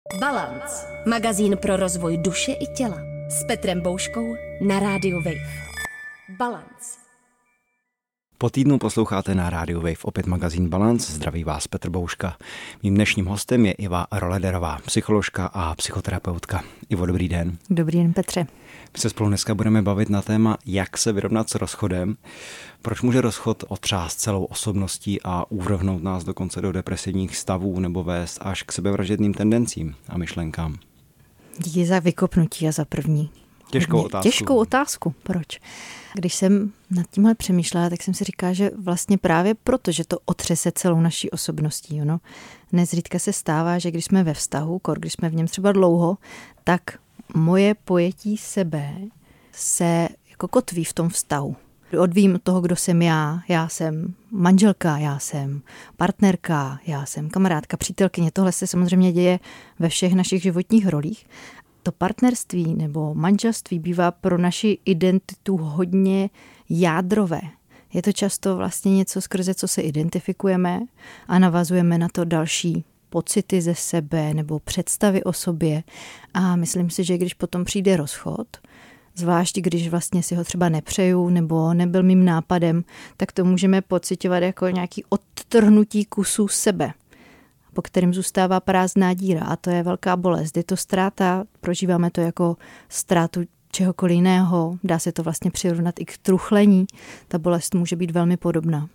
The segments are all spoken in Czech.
Balance. Magazín pro rozvoj duše i těla. S Petrem Bouškou na rádiu Wave. Balance. Po týdnu posloucháte na rádiu Wave opět magazín Balance. Zdraví vás Petr Bouška. Mým dnešním hostem je Iva Rolederová, psycholožka a psychoterapeutka. Ivo, dobrý den. Dobrý den, Petře. My se spolu dneska budeme bavit na téma, jak se vyrovnat s rozchodem, proč může rozchod otřást celou osobností a uvrhnout nás dokonce do depresivních stavů nebo vést až k sebevražedným tendencím a myšlenkám. Díky za vykopnutí a za první. Těžkou otázku. Proč? Když jsem nad tímhle přemýšlela, tak jsem si říkala, že vlastně právě proto, že to otřese celou naší osobností. Ono nezřídka se stává, že když jsme ve vztahu, když jsme v něm třeba dlouho, tak moje pojetí sebe se jako kotví v tom vztahu. Odvím od toho, kdo jsem já jsem manželka, já jsem partnerka, já jsem kamarádka, přítelkyně. Tohle se samozřejmě děje ve všech našich životních rolích. To partnerství nebo manželství bývá pro naši identitu hodně jádrové. Je to často vlastně něco, skrze co se identifikujeme a navazujeme na to další pocity ze sebe nebo představy o sobě. A myslím si, že když potom přijde rozchod, zvlášť když vlastně si ho třeba nepřeju nebo nebyl mým nápadem, tak to můžeme pociťovat jako nějaký odtrhnutí kusů sebe, po kterým zůstává prázdná díra a to je velká bolest. Je to ztráta, prožíváme to jako ztrátu čehokoliv jiného, dá se to vlastně přirovnat i k truchlení. Ta bolest může být velmi podobná.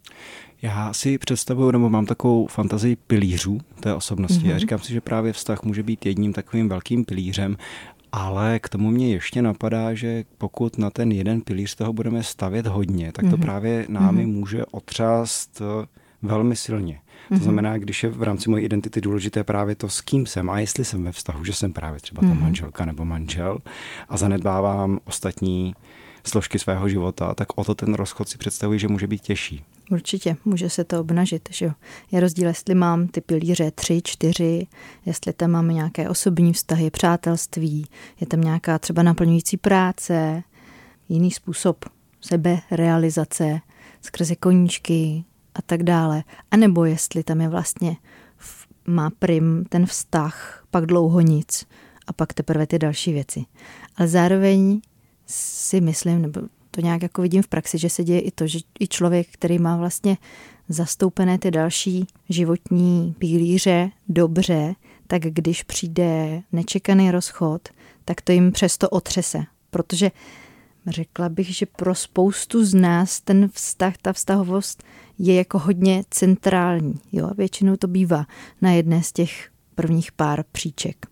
Já si představuju, nebo mám takovou fantazii pilířů té osobnosti. A říkám si, že právě vztah může být jedním takovým velkým pilířem, ale k tomu mě ještě napadá, že pokud na ten jeden pilíř toho budeme stavět hodně, tak to právě námi může otřást velmi silně. To znamená, když je v rámci mojí identity důležité právě to, s kým jsem a jestli jsem ve vztahu, že jsem právě třeba ta manželka nebo manžel a zanedbávám ostatní složky svého života, tak o to ten rozchod si představuji, že může být těžší. Určitě, může se to obnažit, že jo. Je rozdíl, jestli mám ty pilíře 3, 4, jestli tam máme nějaké osobní vztahy, přátelství, je tam nějaká třeba naplňující práce, jiný způsob seberealizace skrze koníčky a tak dále. A nebo jestli tam je vlastně má prim ten vztah, pak dlouho nic a pak teprve ty další věci. Ale zároveň si myslím, nebo to nějak jako vidím v praxi, že se děje i to, že i člověk, který má vlastně zastoupené ty další životní pilíře dobře, tak když přijde nečekaný rozchod, tak to jim přesto otřese. Protože řekla bych, že pro spoustu z nás ten vztah, ta vztahovost je jako hodně centrální. Jo? A většinou to bývá na jedné z těch prvních pár příček.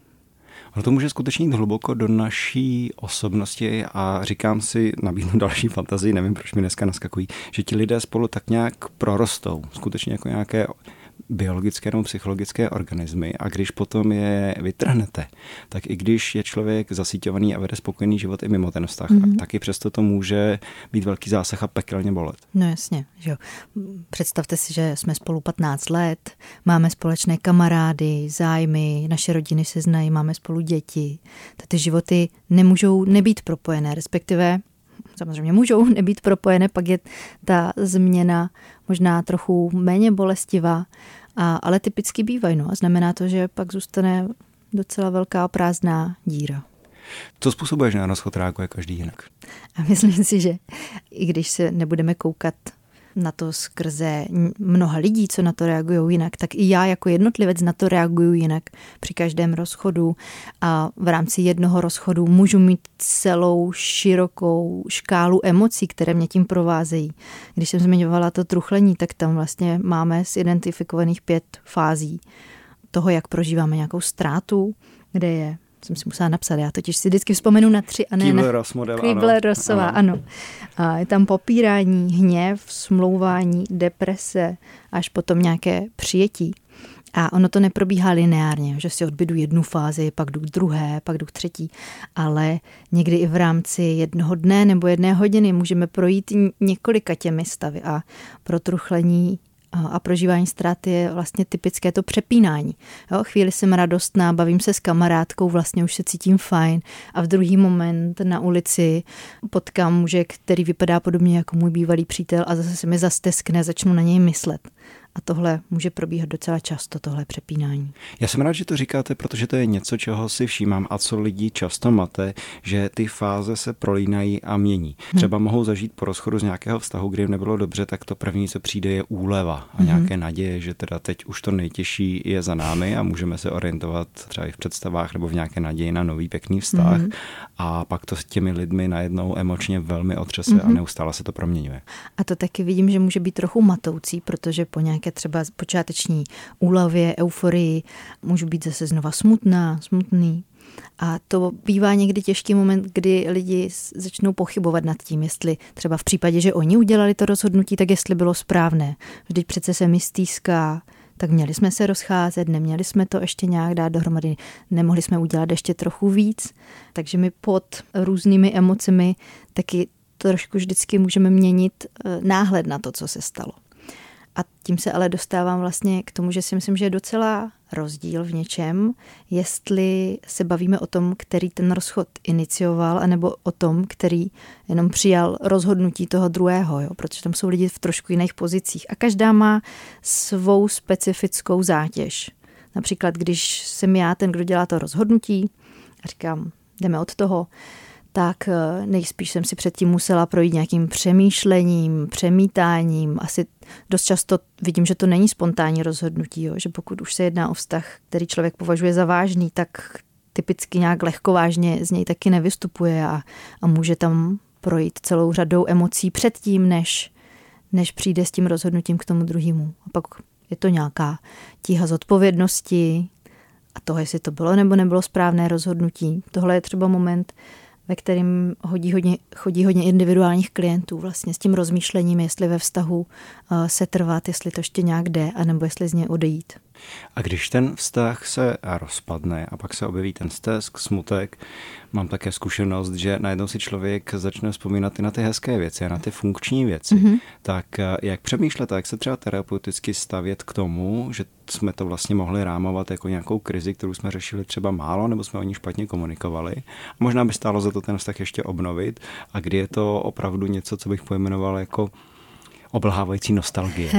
Ono to může skutečně jít hluboko do naší osobnosti a říkám si, nabídnu další fantazii, nevím, proč mi dneska naskakují, že ti lidé spolu tak nějak prorostou, skutečně jako nějaké biologické nebo psychologické organismy a když potom je vytrhnete, tak i když je člověk zasíťovaný a vede spokojený život i mimo ten vztah, tak i přesto to může být velký zásah a pekelně bolet. No jasně, že jo. Představte si, že jsme spolu 15 let, máme společné kamarády, zájmy, naše rodiny se znají, máme spolu děti. Ty životy nemůžou nebýt propojené, respektive samozřejmě můžou nebýt propojené, pak je ta změna možná trochu méně bolestivá, ale typicky bývají. No, a znamená to, že pak zůstane docela velká prázdná díra. Co způsobuje, že na rozchod reaguje každý jinak? A myslím si, že i když se nebudeme koukat na to skrze mnoha lidí, co na to reagují jinak, tak i já jako jednotlivec na to reaguju jinak při každém rozchodu a v rámci jednoho rozchodu můžu mít celou širokou škálu emocí, které mě tím provázejí. Když jsem zmiňovala to truchlení, tak tam vlastně máme zidentifikovaných 5 fází toho, jak prožíváme nějakou ztrátu, kde je, jsem si musela napsat, já totiž si vždycky vzpomenu na 3 a ne na Kübler-Rossová, ano. A je tam popírání, hněv, smlouvání, deprese, až potom nějaké přijetí. A ono to neprobíhá lineárně, že si odbydu jednu fázi, pak jdu k druhé, pak jdu k třetí, ale někdy i v rámci jednoho dne nebo jedné hodiny můžeme projít několika těmi stavy a pro truchlení a prožívání ztráty je vlastně typické to přepínání. Jo, chvíli jsem radostná, bavím se s kamarádkou, vlastně už se cítím fajn a v druhý moment na ulici potkám muže, který vypadá podobně jako můj bývalý přítel a zase se mi zasteskne, začnu na něj myslet. A tohle může probíhat docela často, tohle přepínání. Já jsem rád, že to říkáte, protože to je něco, čeho si všímám a co lidi často mate, že ty fáze se prolínají a mění. Třeba mohou zažít po rozchodu z nějakého vztahu, kdy jim nebylo dobře, tak to první, co přijde, je úleva a nějaké naděje, že teda teď už to nejtěžší je za námi a můžeme se orientovat třeba i v představách nebo v nějaké naději na nový pěkný vztah. A pak to s těmi lidmi najednou emočně velmi otřese a neustále se to proměňuje. A to taky vidím, že může být trochu matoucí, protože po nějaké třeba počáteční úlevě, euforii můžu být zase znova smutný. A to bývá někdy těžký moment, kdy lidi začnou pochybovat nad tím, jestli třeba v případě, že oni udělali to rozhodnutí, tak jestli bylo správné. Vždyť přece se mi stýská, tak měli jsme se rozcházet, neměli jsme to ještě nějak dát dohromady, nemohli jsme udělat ještě trochu víc. Takže my pod různými emocemi taky trošku vždycky můžeme měnit náhled na to, co se stalo. A tím se ale dostávám vlastně k tomu, že si myslím, že je docela rozdíl v něčem, jestli se bavíme o tom, který ten rozchod inicioval, anebo o tom, který jenom přijal rozhodnutí toho druhého, jo? Protože tam jsou lidi v trošku jiných pozicích a každá má svou specifickou zátěž. Například, když jsem já ten, kdo dělá to rozhodnutí a říkám, jdeme od toho, tak nejspíš jsem si předtím musela projít nějakým přemýšlením, přemítáním. Asi dost často vidím, že to není spontánní rozhodnutí, jo? Že pokud už se jedná o vztah, který člověk považuje za vážný, tak typicky nějak lehkovážně z něj taky nevystupuje a může tam projít celou řadou emocí předtím, než přijde s tím rozhodnutím k tomu druhému. A pak je to nějaká tíha zodpovědnosti a toho, jestli to bylo nebo nebylo správné rozhodnutí. Tohle je třeba moment, ve kterým chodí hodně individuálních klientů vlastně s tím rozmýšlením, jestli ve vztahu se trvat, jestli to ještě nějak jde, anebo jestli z něj odejít. A když ten vztah se rozpadne a pak se objeví ten stesk, smutek, mám také zkušenost, že najednou si člověk začne vzpomínat i na ty hezké věci a na ty funkční věci. Tak jak přemýšlet a jak se třeba terapeuticky stavět k tomu, že jsme to vlastně mohli rámovat jako nějakou krizi, kterou jsme řešili třeba málo, nebo jsme o ní špatně komunikovali. A možná by stálo za to ten vztah ještě obnovit a kdy je to opravdu něco, co bych pojmenoval jako obelhávající nostalgie.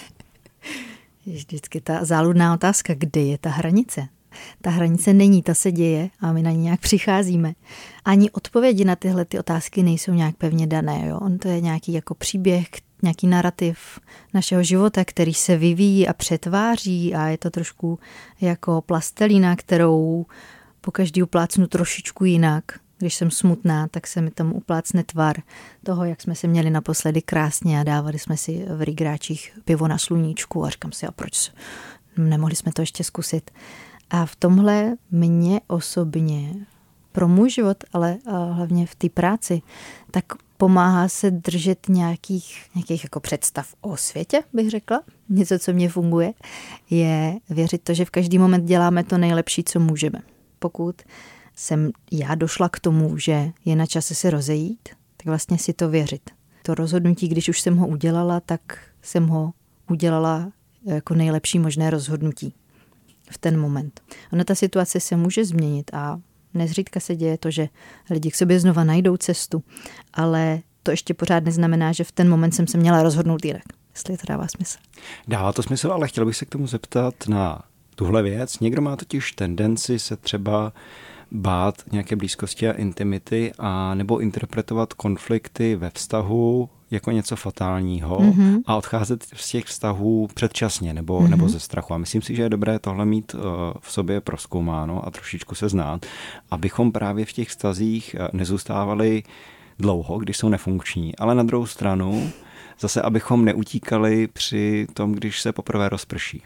Vždycky ta záludná otázka, kde je ta hranice? Ta hranice není, ta se děje a my na ní nějak přicházíme. Ani odpovědi na tyhle ty otázky nejsou nějak pevně dané. Jo? On to je nějaký jako příběh, nějaký narrativ našeho života, který se vyvíjí a přetváří a je to trošku jako plastelína, kterou po každý uplácnu trošičku jinak. Když jsem smutná, tak se mi tam uplácne tvar toho, jak jsme se měli naposledy krásně a dávali jsme si v rigráčích pivo na sluníčku a říkám si, a proč nemohli jsme to ještě zkusit. A v tomhle mě osobně, pro můj život, ale hlavně v té práci, tak pomáhá se držet nějakých jako představ o světě, bych řekla. Něco, co mě funguje, je věřit to, že v každý moment děláme to nejlepší, co můžeme. Pokud jsem já došla k tomu, že je na čase se rozejít, tak vlastně si to věřit. To rozhodnutí, když už jsem ho udělala, tak jsem ho udělala jako nejlepší možné rozhodnutí v ten moment. Ona ta situace se může změnit a nezřídka se děje to, že lidi k sobě znova najdou cestu, ale to ještě pořád neznamená, že v ten moment jsem se měla rozhodnout jinak. Jestli to dává smysl. Dává to smysl, ale chtěl bych se k tomu zeptat na tuhle věc. Někdo má totiž tendenci se třeba bát nějaké blízkosti a intimity a nebo interpretovat konflikty ve vztahu jako něco fatálního a odcházet z těch vztahů předčasně nebo ze strachu. A myslím si, že je dobré tohle mít v sobě prozkoumáno a trošičku se znát, abychom právě v těch vztazích nezůstávali dlouho, když jsou nefunkční, ale na druhou stranu zase, abychom neutíkali při tom, když se poprvé rozprší.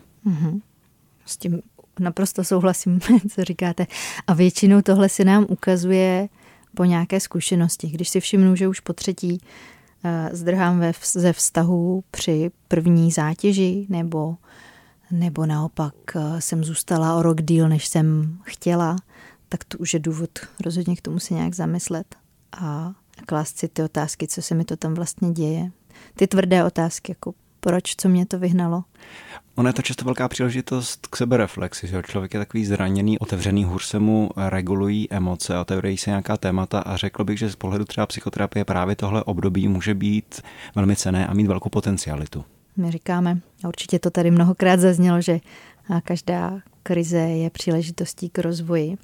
S tím naprosto souhlasím, co říkáte. A většinou tohle se nám ukazuje po nějaké zkušenosti. Když si všimnu, že už po třetí zdrhám ze vztahu při první zátěži, nebo naopak jsem zůstala o rok díl, než jsem chtěla, tak to už je důvod rozhodně k tomu se nějak zamyslet a klást si ty otázky, co se mi to tam vlastně děje. Ty tvrdé otázky, jako proč, co mě to vyhnalo. Ono je to často velká příležitost k sebereflexi, že člověk je takový zraněný, otevřený, hůř se mu regulují emoce, otevřejí se nějaká témata a řekl bych, že z pohledu třeba psychoterapie právě tohle období může být velmi cenné a mít velkou potencialitu. My říkáme, a určitě to tady mnohokrát zaznělo, že každá krize je příležitostí k rozvoji.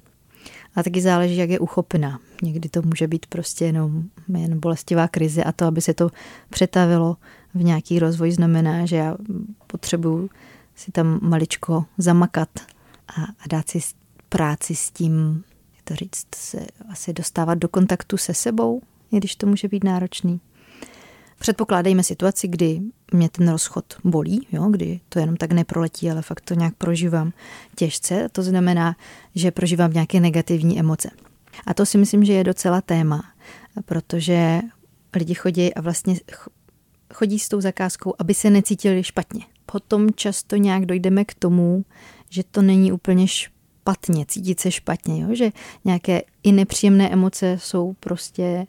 A taky záleží, jak je uchopená. Někdy to může být prostě jen bolestivá krize a to, aby se to přetavilo v nějaký rozvoj, znamená, že já potřebuji si tam maličko zamakat a dát si práci s tím, jak to říct, se asi dostávat do kontaktu se sebou, i když to může být náročný. Předpokládejme situaci, kdy mě ten rozchod bolí, jo, kdy to jenom tak neproletí, ale fakt to nějak prožívám těžce. To znamená, že prožívám nějaké negativní emoce. A to si myslím, že je docela téma, protože lidi chodí a vlastně chodí s tou zakázkou, aby se necítili špatně. Potom často nějak dojdeme k tomu, že to není úplně špatně, cítit se špatně, jo? Že nějaké i nepříjemné emoce jsou prostě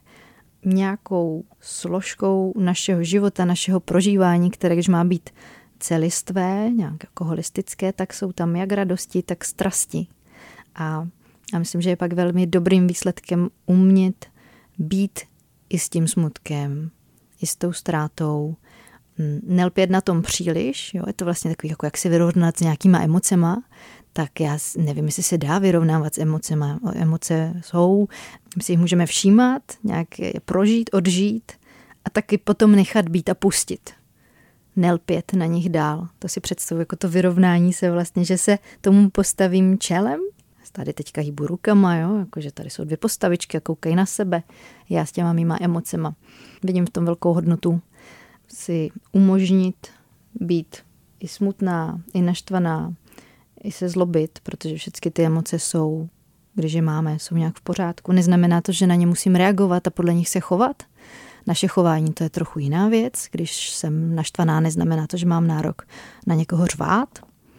nějakou složkou našeho života, našeho prožívání, které když má být celistvé, nějak jako holistické, tak jsou tam jak radosti, tak strasti. A myslím, že je pak velmi dobrým výsledkem umět být i s tím smutkem, i s tou ztrátou, nelpět na tom příliš, jo? Je to vlastně takový, jako jak se vyrovnat s nějakýma emocema, tak já nevím, jestli se dá vyrovnávat s emocema. Emoce jsou, my si jich můžeme všímat, nějak je prožít, odžít a taky potom nechat být a pustit. Nelpět na nich dál. To si představuji jako to vyrovnání se vlastně, že se tomu postavím čelem. Tady teďka hýbu rukama, jo? Jakože tady jsou 2 postavičky a koukají na sebe. Já s těma mýma emocema. Vidím v tom velkou hodnotu si umožnit být i smutná, i naštvaná, i se zlobit, protože všechny ty emoce jsou, když je máme, jsou nějak v pořádku. Neznamená to, že na ně musím reagovat a podle nich se chovat. Naše chování to je trochu jiná věc. Když jsem naštvaná, neznamená to, že mám nárok na někoho řvát.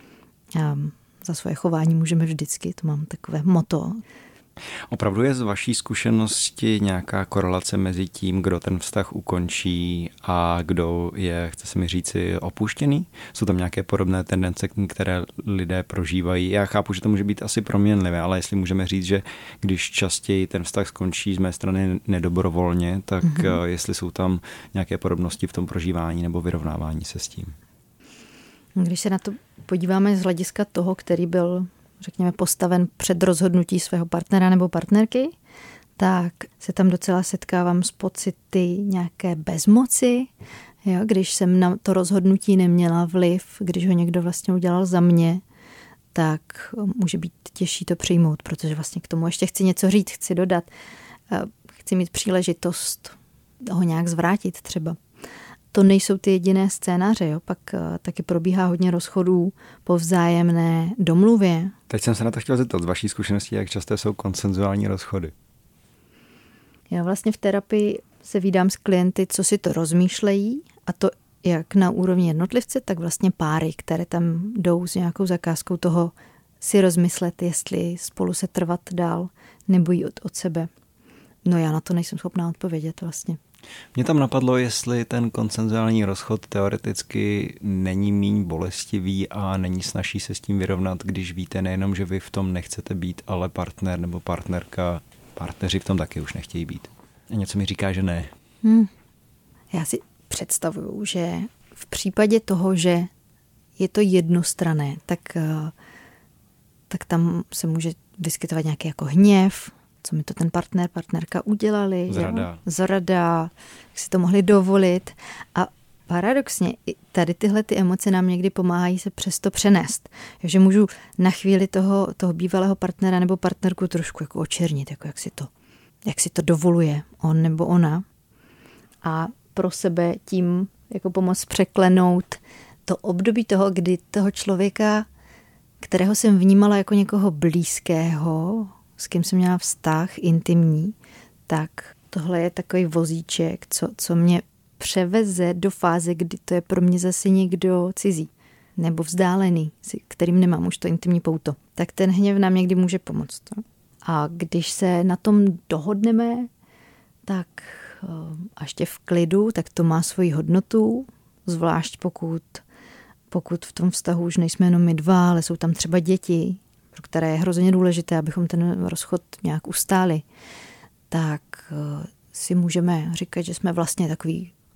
A za svoje chování můžeme vždycky, to mám takové motto. Opravdu je z vaší zkušenosti nějaká korelace mezi tím, kdo ten vztah ukončí a kdo je, chce se mi říci, opuštěný? Jsou tam nějaké podobné tendence, které lidé prožívají? Já chápu, že to může být asi proměnlivé, ale jestli můžeme říct, že když častěji ten vztah skončí z mé strany nedobrovolně, tak jestli jsou tam nějaké podobnosti v tom prožívání nebo vyrovnávání se s tím? Když se na to podíváme z hlediska toho, který byl, řekněme, postaven před rozhodnutí svého partnera nebo partnerky, tak se tam docela setkávám s pocity nějaké bezmoci, jo? Když jsem na to rozhodnutí neměla vliv, když ho někdo vlastně udělal za mě, tak může být těžší to přijmout, protože vlastně k tomu ještě chci něco říct, chci dodat, chci mít příležitost ho nějak zvrátit třeba. To nejsou ty jediné scénáře, jo? Pak taky probíhá hodně rozchodů po vzájemné domluvě. Teď jsem se na to chtěl zeptat z vaší zkušenosti, jak časté jsou konsenzuální rozchody. Já vlastně v terapii se vídám s klienty, co si to rozmýšlejí, a to jak na úrovni jednotlivce, tak vlastně páry, které tam jdou s nějakou zakázkou toho si rozmyslet, jestli spolu se trvat dál nebo jít od sebe. No já na to nejsem schopná odpovědět vlastně. Mě tam napadlo, jestli ten konsenzuální rozchod teoreticky není míň bolestivý a není snazší se s tím vyrovnat, když víte nejenom, že vy v tom nechcete být, ale partner nebo partnerka, partneři v tom taky už nechtějí být. A něco mi říká, že ne. Já si představuju, že v případě toho, že je to jednostranné, tak tam se může vyskytovat nějaký jako hněv, co mi to ten partnerka udělali. Zrada, jak si to mohli dovolit. A paradoxně tady tyhle ty emoce nám někdy pomáhají se přesto přenést. Takže můžu na chvíli toho bývalého partnera nebo partnerku trošku jako očernit, jako jak si to dovoluje on nebo ona. A pro sebe tím jako pomoct překlenout to období toho, kdy toho člověka, kterého jsem vnímala jako někoho blízkého, s kým jsem měla vztah intimní, tak tohle je takový vozíček, co mě převeze do fáze, kdy to je pro mě zase někdo cizí nebo vzdálený, s kterým nemám už to intimní pouto. Tak ten hněv nám někdy může pomoct. A když se na tom dohodneme, tak a ještě v klidu, tak to má svoji hodnotu, zvlášť pokud v tom vztahu už nejsme jenom my dva, ale jsou tam třeba děti, pro které je hrozně důležité, abychom ten rozchod nějak ustáli, tak si můžeme říkat, že jsme vlastně takový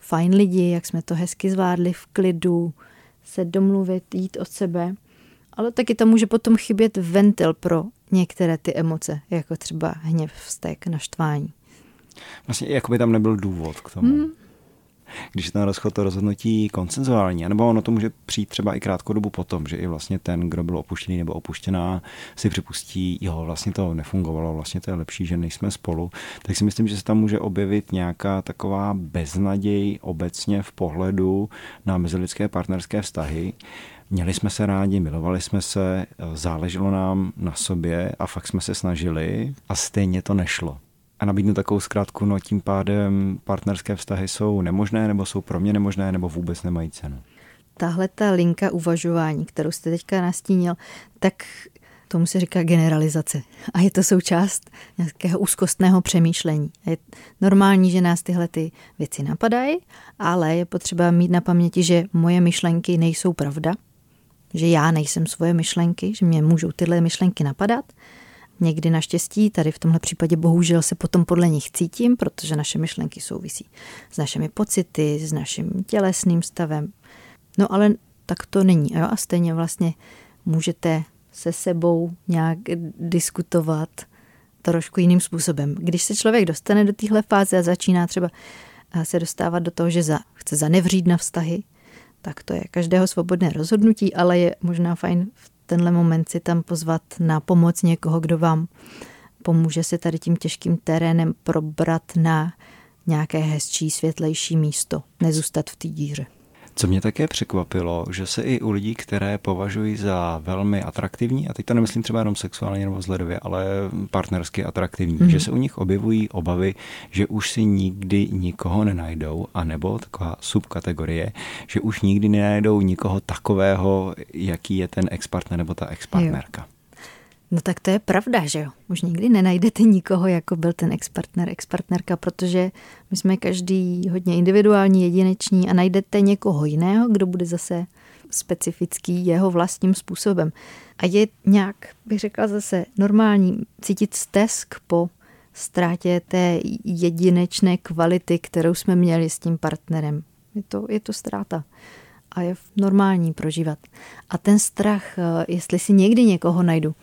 fajn lidi, jak jsme to hezky zvládli v klidu, se domluvit, jít od sebe. Ale taky tam může potom chybět ventil pro některé ty emoce, jako třeba hněv, vztek, naštvání. Vlastně jako by tam nebyl důvod k tomu. Když je ten rozchod, to rozhodnutí konsenzuální, nebo ono to může přijít třeba i krátkou dobu potom, že i vlastně ten, kdo byl opuštěný nebo opuštěná, si připustí, jo, vlastně to nefungovalo, vlastně to je lepší, že nejsme spolu, tak si myslím, že se tam může objevit nějaká taková beznaděj obecně v pohledu na mezilidské partnerské vztahy. Měli jsme se rádi, milovali jsme se, záleželo nám na sobě a fakt jsme se snažili a stejně to nešlo. A nabídnu takovou zkrátku, no tím pádem partnerské vztahy jsou nemožné, nebo jsou pro mě nemožné, nebo vůbec nemají cenu. Tahle ta linka uvažování, kterou jste teďka nastínil, tak tomu se říká generalizace. A je to součást nějakého úzkostného přemýšlení. Je normální, že nás tyhle ty věci napadají, ale je potřeba mít na paměti, že moje myšlenky nejsou pravda, že já nejsem svoje myšlenky, že mě můžou tyhle myšlenky napadat. Někdy naštěstí, tady v tomhle případě bohužel se potom podle nich cítím, protože naše myšlenky souvisí s našimi pocity, s naším tělesným stavem. No ale tak to není. Jo? A stejně vlastně můžete se sebou nějak diskutovat trošku jiným způsobem. Když se člověk dostane do téhle fáze a začíná třeba se dostávat do toho, že chce zanevřít na vztahy, tak to je každého svobodné rozhodnutí, ale je možná fajn v tenhle moment si tam pozvat na pomoc někoho, kdo vám pomůže se tady tím těžkým terénem probrat na nějaké hezčí, světlejší místo. Nezůstat v té díře. Co mě také překvapilo, že se i u lidí, které považují za velmi atraktivní, a teď to nemyslím třeba jenom sexuálně nebo vzhledově, ale partnersky atraktivní, že se u nich objevují obavy, že už si nikdy nikoho nenajdou, anebo taková subkategorie, že už nikdy nenajdou nikoho takového, jaký je ten ex-partner nebo ta ex-partnerka. Jo. No tak to je pravda, že jo. Už nikdy nenajdete nikoho, jako byl ten ex-partner, ex-partnerka, protože my jsme každý hodně individuální, jedineční a najdete někoho jiného, kdo bude zase specifický jeho vlastním způsobem. A je nějak, bych řekla zase, normální cítit stesk po ztrátě té jedinečné kvality, kterou jsme měli s tím partnerem. Je to ztráta. A je normální prožívat. A ten strach, jestli si někdy někoho najdu,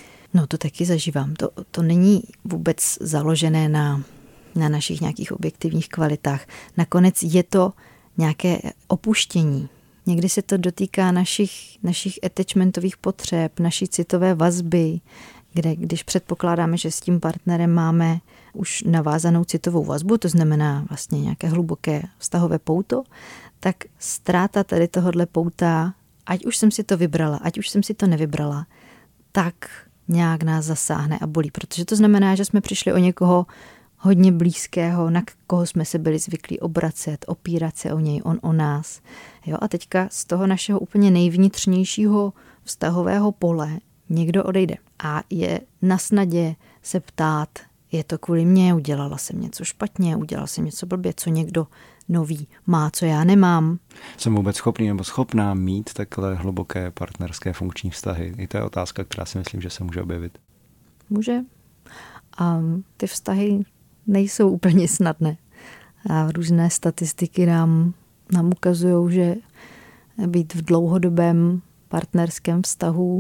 no to taky zažívám. To není vůbec založené na našich nějakých objektivních kvalitách. Nakonec je to nějaké opuštění. Někdy se to dotýká našich attachmentových potřeb, naší citové vazby, kde když předpokládáme, že s tím partnerem máme už navázanou citovou vazbu, to znamená vlastně nějaké hluboké vztahové pouto, tak ztráta tady tohodle pouta, ať už jsem si to vybrala, ať už jsem si to nevybrala, tak nějak nás zasáhne a bolí, protože to znamená, že jsme přišli o někoho hodně blízkého, na koho jsme se byli zvyklí obracet, opírat se o něj, on o nás. Jo, a teďka z toho našeho úplně nejvnitřnějšího vztahového pole někdo odejde. A je na snadě se ptát, je to kvůli mně, udělala jsem něco špatně, udělala jsem něco blbě, co někdo nový má, co já nemám. Jsem vůbec schopný nebo schopná mít takhle hluboké partnerské funkční vztahy? I to je otázka, která si myslím, že se může objevit. Může. A ty vztahy nejsou úplně snadné. A různé statistiky nám ukazují, že být v dlouhodobém partnerském vztahu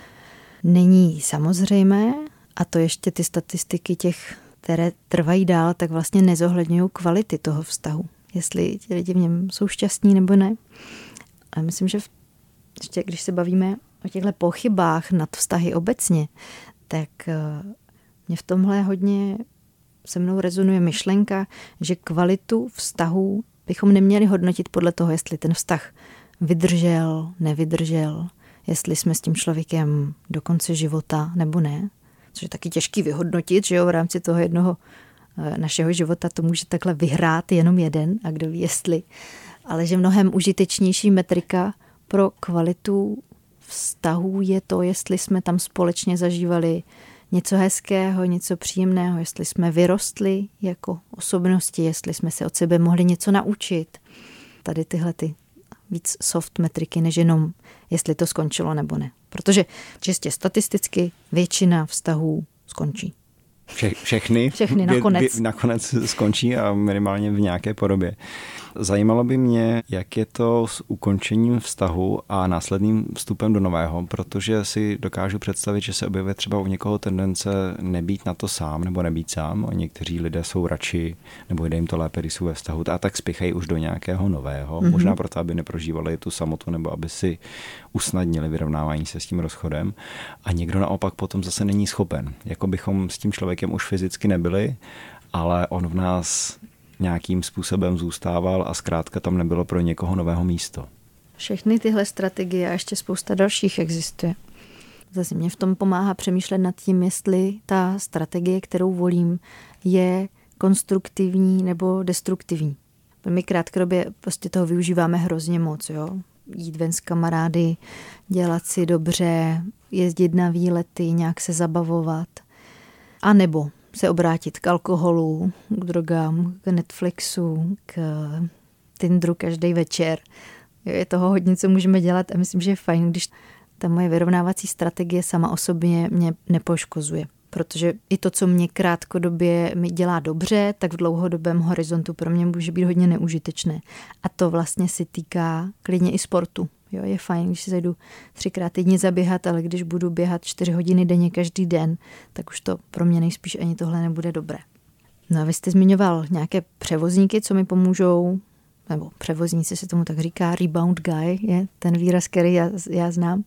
není samozřejmé, a to ještě ty statistiky těch, které trvají dál, tak vlastně nezohledňují kvality toho vztahu. Jestli ti lidi v něm jsou šťastní nebo ne. Ale myslím, že ještě když se bavíme o těchto pochybách nad vztahy obecně, tak mě v tomhle hodně se mnou rezonuje myšlenka, že kvalitu vztahu bychom neměli hodnotit podle toho, jestli ten vztah vydržel, nevydržel, jestli jsme s tím člověkem do konce života nebo ne. Což je taky těžký vyhodnotit, že jo, v rámci toho jednoho našeho života to může takhle vyhrát jenom jeden a kdo ví jestli. Ale že mnohem užitečnější metrika pro kvalitu vztahů je to, jestli jsme tam společně zažívali něco hezkého, něco příjemného, jestli jsme vyrostli jako osobnosti, jestli jsme se od sebe mohli něco naučit. Tady tyhle ty víc soft metriky, než jenom jestli to skončilo nebo ne. Protože čistě statisticky většina vztahů skončí. Všechny nakonec. Nakonec skončí a minimálně v nějaké podobě. Zajímalo by mě, jak je to s ukončením vztahu a následným vstupem do nového, protože si dokážu představit, že se objevuje třeba u někoho tendence nebýt na to sám nebo nebýt sám. A někteří lidé jsou radši, nebo jde jim to lépe, když jsou ve vztahu, a tak spěchají už do nějakého nového. Možná proto, aby neprožívali tu samotu nebo aby si usnadnili vyrovnávání se s tím rozchodem. A někdo naopak potom zase není schopen. Jako bychom s tím člověkem už fyzicky nebyli, ale on v nás nějakým způsobem zůstával a zkrátka tam nebylo pro někoho nového místo. Všechny tyhle strategie a ještě spousta dalších existuje. Zase mě v tom pomáhá přemýšlet nad tím, jestli ta strategie, kterou volím, je konstruktivní nebo destruktivní. My krátkodobě prostě toho využíváme hrozně moc. Jo? Jít ven s kamarády, dělat si dobře, jezdit na výlety, nějak se zabavovat. A nebo se obrátit k alkoholu, k drogám, k Netflixu, k Tinderu každý večer. Je toho hodně, co můžeme dělat a myslím, že je fajn, když ta moje vyrovnávací strategie sama o sobě mě nepoškozuje. Protože i to, co mě krátkodobě mi dělá dobře, tak v dlouhodobém horizontu pro mě může být hodně neužitečné. A to vlastně se týká klidně i sportu. Jo, je fajn, když si zajdu 3krát týdně zaběhat, ale když budu běhat 4 hodiny denně každý den, tak už to pro mě nejspíš ani tohle nebude dobré. No a vy jste zmiňoval nějaké převozníky, co mi pomůžou, nebo převozníci se tomu tak říká, rebound guy je ten výraz, který já znám.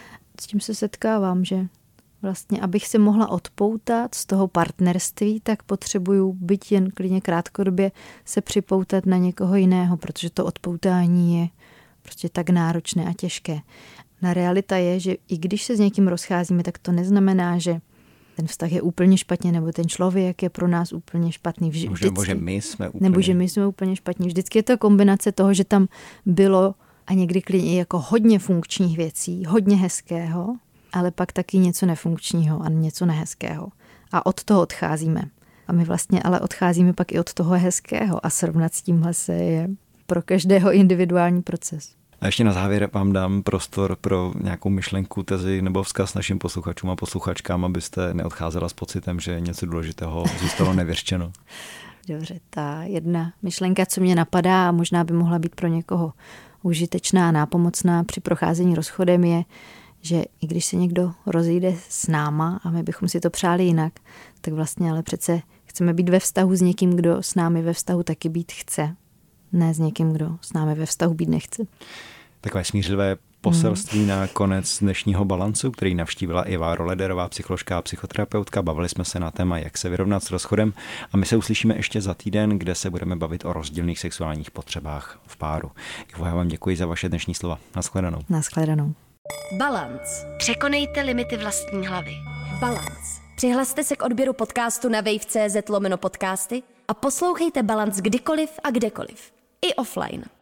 S tím se setkávám, že vlastně, abych se mohla odpoutat z toho partnerství, tak potřebuju byť jen klidně krátkodobě se připoutat na někoho jiného, protože to odpoutání je prostě tak náročné a těžké. Na realita je, že i když se s někým rozcházíme, tak to neznamená, že ten vztah je úplně špatně, nebo ten člověk je pro nás úplně špatný. Nebo že my jsme úplně špatní. Vždycky je to kombinace toho, že tam bylo a někdy klidně jako hodně funkčních věcí, hodně hezkého, ale pak taky něco nefunkčního a něco nehezkého. A od toho odcházíme. A my vlastně ale odcházíme pak i od toho hezkého a srovnat s tímhle se je pro každého individuální proces. A ještě na závěr vám dám prostor pro nějakou myšlenku, tezi nebo vzkaz našim posluchačům a posluchačkám, abyste neodcházela s pocitem, že něco důležitého zůstalo nevyřčeno. Dobře, ta jedna myšlenka, co mě napadá a možná by mohla být pro někoho užitečná a nápomocná při procházení rozchodem je, že i když se někdo rozejde s náma a my bychom si to přáli jinak, tak vlastně ale přece chceme být ve vztahu s někým, kdo s námi ve vztahu taky být chce. Ne s někým, kdo s námi ve vztahu být nechce. Takové smířlivé poselství na konec dnešního Balancu, který navštívila Iva Rolederová, psycholožka a psychoterapeutka. Bavili jsme se na téma, jak se vyrovnat s rozchodem a my se uslyšíme ještě za týden, kde se budeme bavit o rozdílných sexuálních potřebách v páru. Ivo, já vám děkuji za vaše dnešní slova. Naschledanou. Naschledanou. Balance. Překonejte limity vlastní hlavy. Balance. Přihlaste se k odběru podcastu na wave.cz/podcasty a poslouchejte Balance kdykoliv a kdekoliv. I offline.